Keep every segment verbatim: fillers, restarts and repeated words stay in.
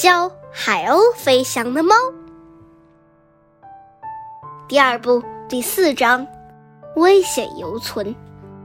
教海鸥飞翔的猫。第二部第四章，危险犹存。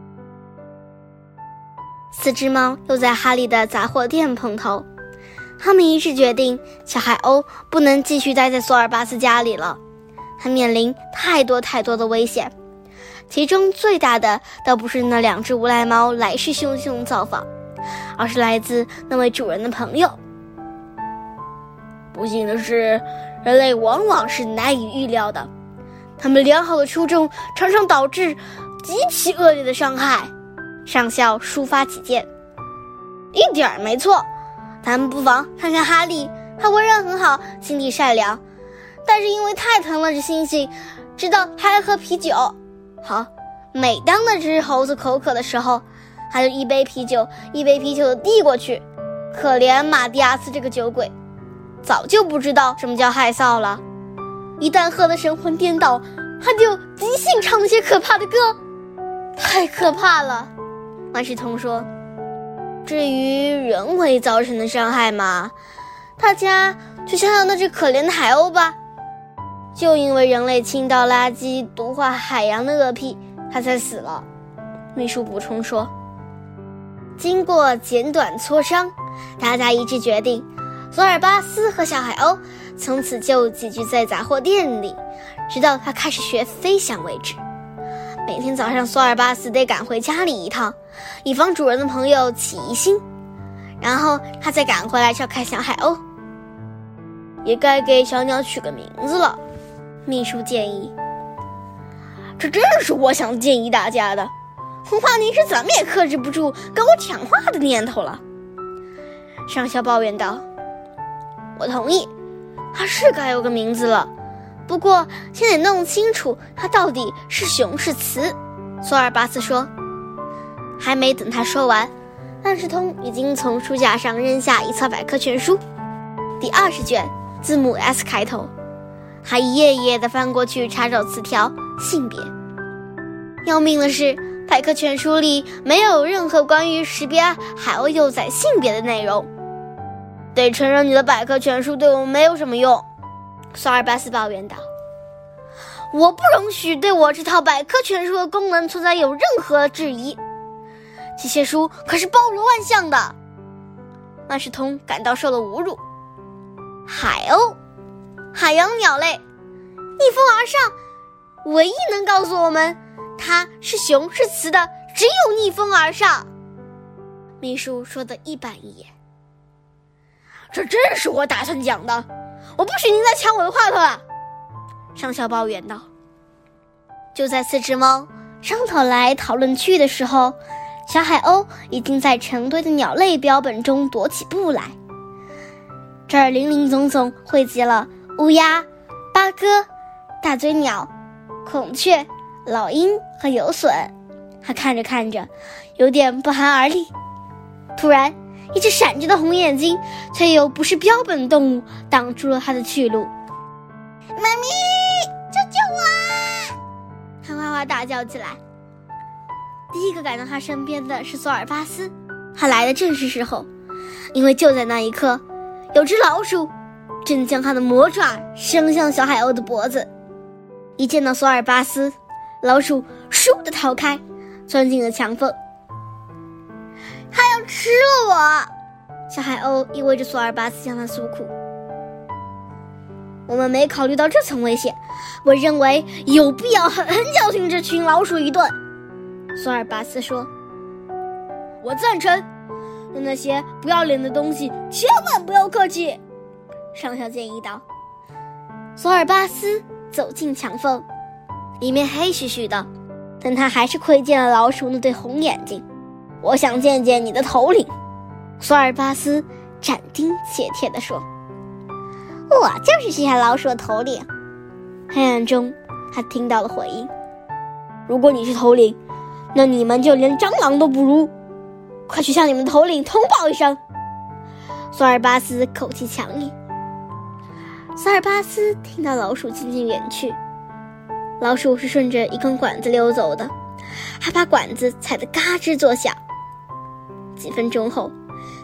四只猫又在哈利的杂货店碰头，他们一致决定小海鸥不能继续待在索尔巴斯家里了，他面临太多太多的危险，其中最大的倒不是那两只无赖猫来势汹汹造访，而是来自那位主人的朋友。 不幸的是，人类往往是难以预料的，他们良好的初衷常常导致极其恶劣的伤害。 上校抒发己见， 一点儿没错， 咱们不妨看看哈利，他为人很好，心地善良，但是因为太疼了这星星，知道还爱喝啤酒。好，每当那只猴子口渴的时候，他就一杯啤酒一杯啤酒的递过去。可怜马蒂亚斯这个酒鬼，早就不知道什么叫害臊了，一旦喝得神魂颠倒，他就即兴唱那些可怕的歌，太可怕了。万事通说，至于人为造成的伤害嘛，大家就想想那只可怜的海鸥吧，就因为人类倾倒垃圾毒化海洋的恶癖，它才死了。秘书补充说，经过简短磋商，大家一致决定，索尔巴斯和小海鸥从此就寄居在杂货店里，直到他开始学飞翔为止。每天早上索尔巴斯得赶回家里一趟，以防主人的朋友起疑心，然后他再赶回来照看小海鸥。 也该给小鸟取个名字了， 秘书建议。 这正是我想建议大家的，恐怕您是怎么也克制不住跟我讲话的念头了。 上校抱怨道。 我同意，他是该有个名字了，不过先得弄清楚他到底是雄是雌。 索尔巴斯说。还没等他说完，万事通已经从书架上扔下一册百科全书，第二十卷，字母 S 开头。他一页一页地翻过去查找词条性别。要命的是，百科全书里没有任何关于识别海鸥幼崽性别的内容。 得承认你的百科全书对我们没有什么用， 索尔巴斯抱怨道。 我不容许对我这套百科全书的功能存在有任何质疑，这些书可是包罗万象的。 万事通感到受了侮辱。 海鸥，海洋鸟类，逆风而上，唯一能告诉我们它是雄是雌的，只有逆风而上。 秘书说得一板一眼。 这正是我打算讲的，我不许您再抢我的话头了， 上校抱怨道。就在四只猫商讨来讨论去的时候，小海鸥已经在成堆的鸟类标本中踱起步来。这儿林林总总汇集了乌鸦、八哥、大嘴鸟、孔雀、老鹰和游隼。他看着看着有点不寒而栗，突然一只闪着的红眼睛却又不是标本的动物挡住了他的去路。 妈咪，救救我！ 他哇哇大叫起来。第一个赶到他身边的是索尔巴斯，他来的正是时候，因为就在那一刻，有只老鼠正将它的魔爪伸向小海鸥的脖子。一见到索尔巴斯，老鼠倏地逃开，钻进了墙缝。 它要吃了我！ 小海鸥意味着索尔巴斯向他诉苦。我们没考虑到这层危险，我认为有必要狠狠教训这群老鼠一顿。索尔巴斯说。 我赞成，对那些不要脸的东西千万不要客气， 上校建议道。索尔巴斯走进墙缝，里面黑黢黢的，但他还是窥见了老鼠那对红眼睛。我想见见你的头领，索尔巴斯斩钉截铁地说。我就是这条老鼠的头领。黑暗中他听到了回应。 如果你是头领，那你们就连蟑螂都不如，快去向你们的头领通报一声。 索尔巴斯口气强硬。索尔巴斯听到老鼠渐渐远去，老鼠是顺着一根管子溜走的，还把管子踩得嘎吱作响。几分钟后，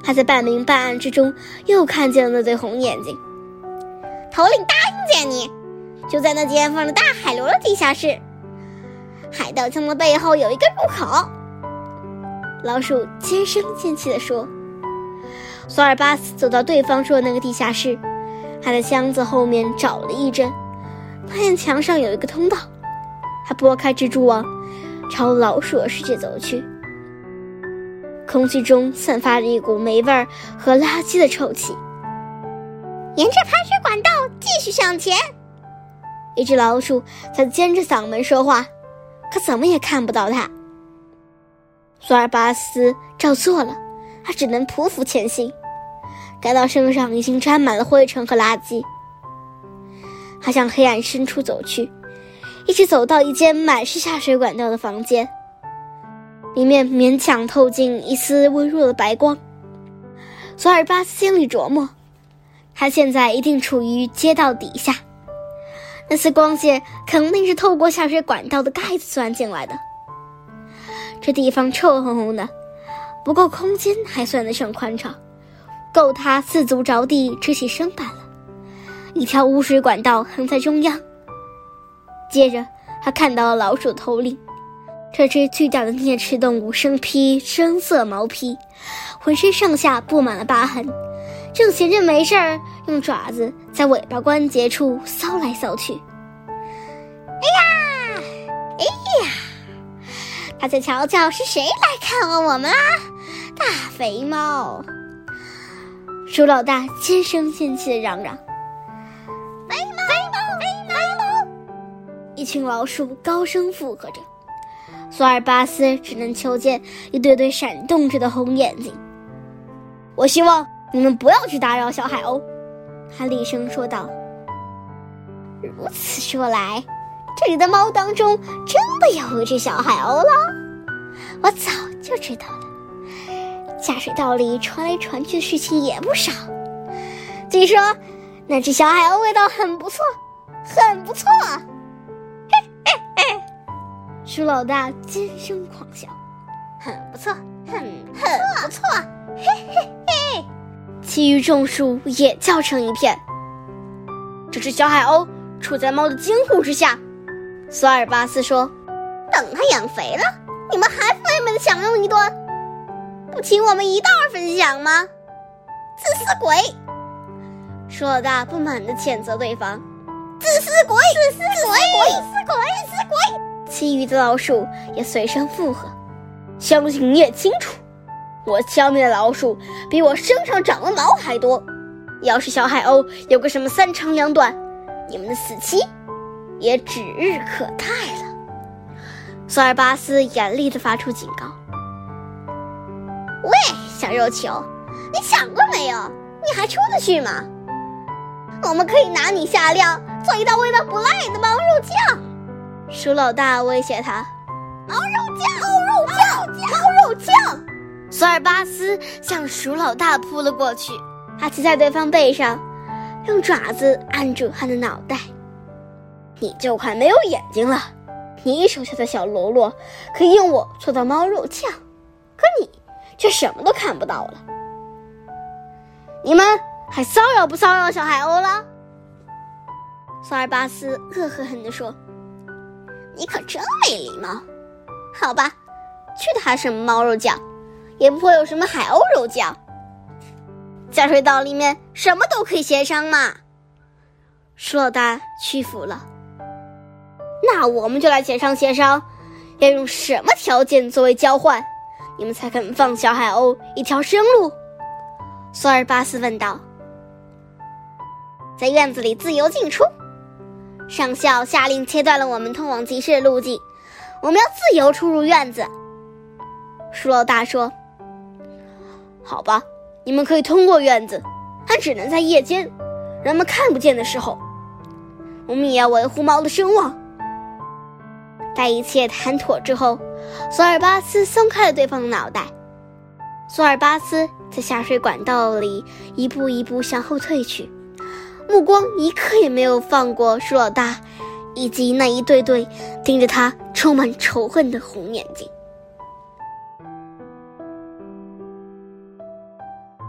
他在半明半暗之中又看见了那对红眼睛。 头领答应见你，就在那间放着大海螺的地下室，海盗墙的背后有一个入口。 老鼠尖声尖气地说。索尔巴斯走到对方说的那个地下室，他在箱子后面找了一阵，发现墙上有一个通道。他拨开蜘蛛网，朝老鼠的世界走去。空气中散发着一股霉味和垃圾的臭气。 沿着排水管道继续向前。 一只老鼠在尖着嗓门说话，可怎么也看不到它。索尔巴斯照做了，他只能匍匐前行，感到身上已经沾满了灰尘和垃圾。他向黑暗深处走去，一直走到一间满是下水管道的房间，里面勉强透进一丝微弱的白光。索尔巴斯心里琢磨，他现在一定处于街道底下，那丝光线肯定是透过下水管道的盖子钻进来的。这地方臭烘烘的，不过空间还算得上宽敞，够他四足着地直起身板了。一条污水管道横在中央。接着他看到了老鼠头领，这只巨大的啮齿动物身披深色毛皮，浑身上下布满了疤痕，正闲着没事儿用爪子在尾巴关节处搔来搔去。 哎呀哎呀，大家瞧瞧是谁来看望我们啊，大肥猫！ 鼠老大尖声尖气地嚷嚷。 肥猫肥猫肥猫！ 一群老鼠高声附和着。索尔巴斯只能瞧见一对对闪动着的红眼睛。我希望你们不要去打扰小海鸥，他厉声说道。 如此说来，这里的猫当中真的有一只小海鸥了，我早就知道了。下水道里传来传去的事情也不少，据说那只小海鸥味道很不错，很不错。嘿嘿嘿！ 鼠老大尖声狂笑， 很不错，很很不错，嘿嘿嘿！ 其余众鼠也叫成一片。这只小海鸥处在猫的监护之下，索尔巴斯说。 等它养肥了，你们还不美美的享用一顿？不请我们一道分享吗？自私鬼！ 鼠老大不满地谴责对方。 自私鬼！自私鬼！自私鬼！自私鬼！ 其余的老鼠也随声附和。相信你也清楚，我消灭的老鼠比我身上长的毛还多。要是小海鸥有个什么三长两短，你们的死期也指日可待了。索尔巴斯严厉地发出警告。 喂，小肉球，你想过没有，你还出得去吗？我们可以拿你下料，做一道味道不赖的猫肉酱。 鼠老大威胁他。 猫肉酱，猫肉酱，猫肉酱！ 索尔巴斯向鼠老大扑了过去，他骑在对方背上，用爪子按住他的脑袋。你就快没有眼睛了，你手下的小喽啰可以用我做到猫肉酱，可你却什么都看不到了。你们还骚扰不骚扰小海鸥了？索尔巴斯恶狠狠地说。 你可真没礼貌。好吧，去他什么猫肉酱，也不会有什么海鸥肉酱。下水道里面什么都可以协商嘛。 鼠老大屈服了。那我们就来协商协商，要用什么条件作为交换，你们才肯放小海鸥一条生路？索尔巴斯问道。 在院子里自由进出。上校下令切断了我们通往集市的路径，我们要自由出入院子。 鼠老大说。好吧，你们可以通过院子，但只能在夜间，人们看不见的时候。我们也要维护猫的声望。待一切谈妥之后，索尔巴斯松开了对方的脑袋。索尔巴斯在下水管道里一步一步向后退去，目光一刻也没有放过鼠老大以及那一对对盯着他充满仇恨的红眼睛。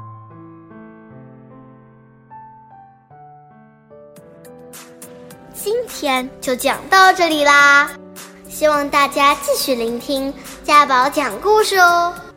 今天就讲到这里啦，希望大家继续聆听家宝讲故事哦。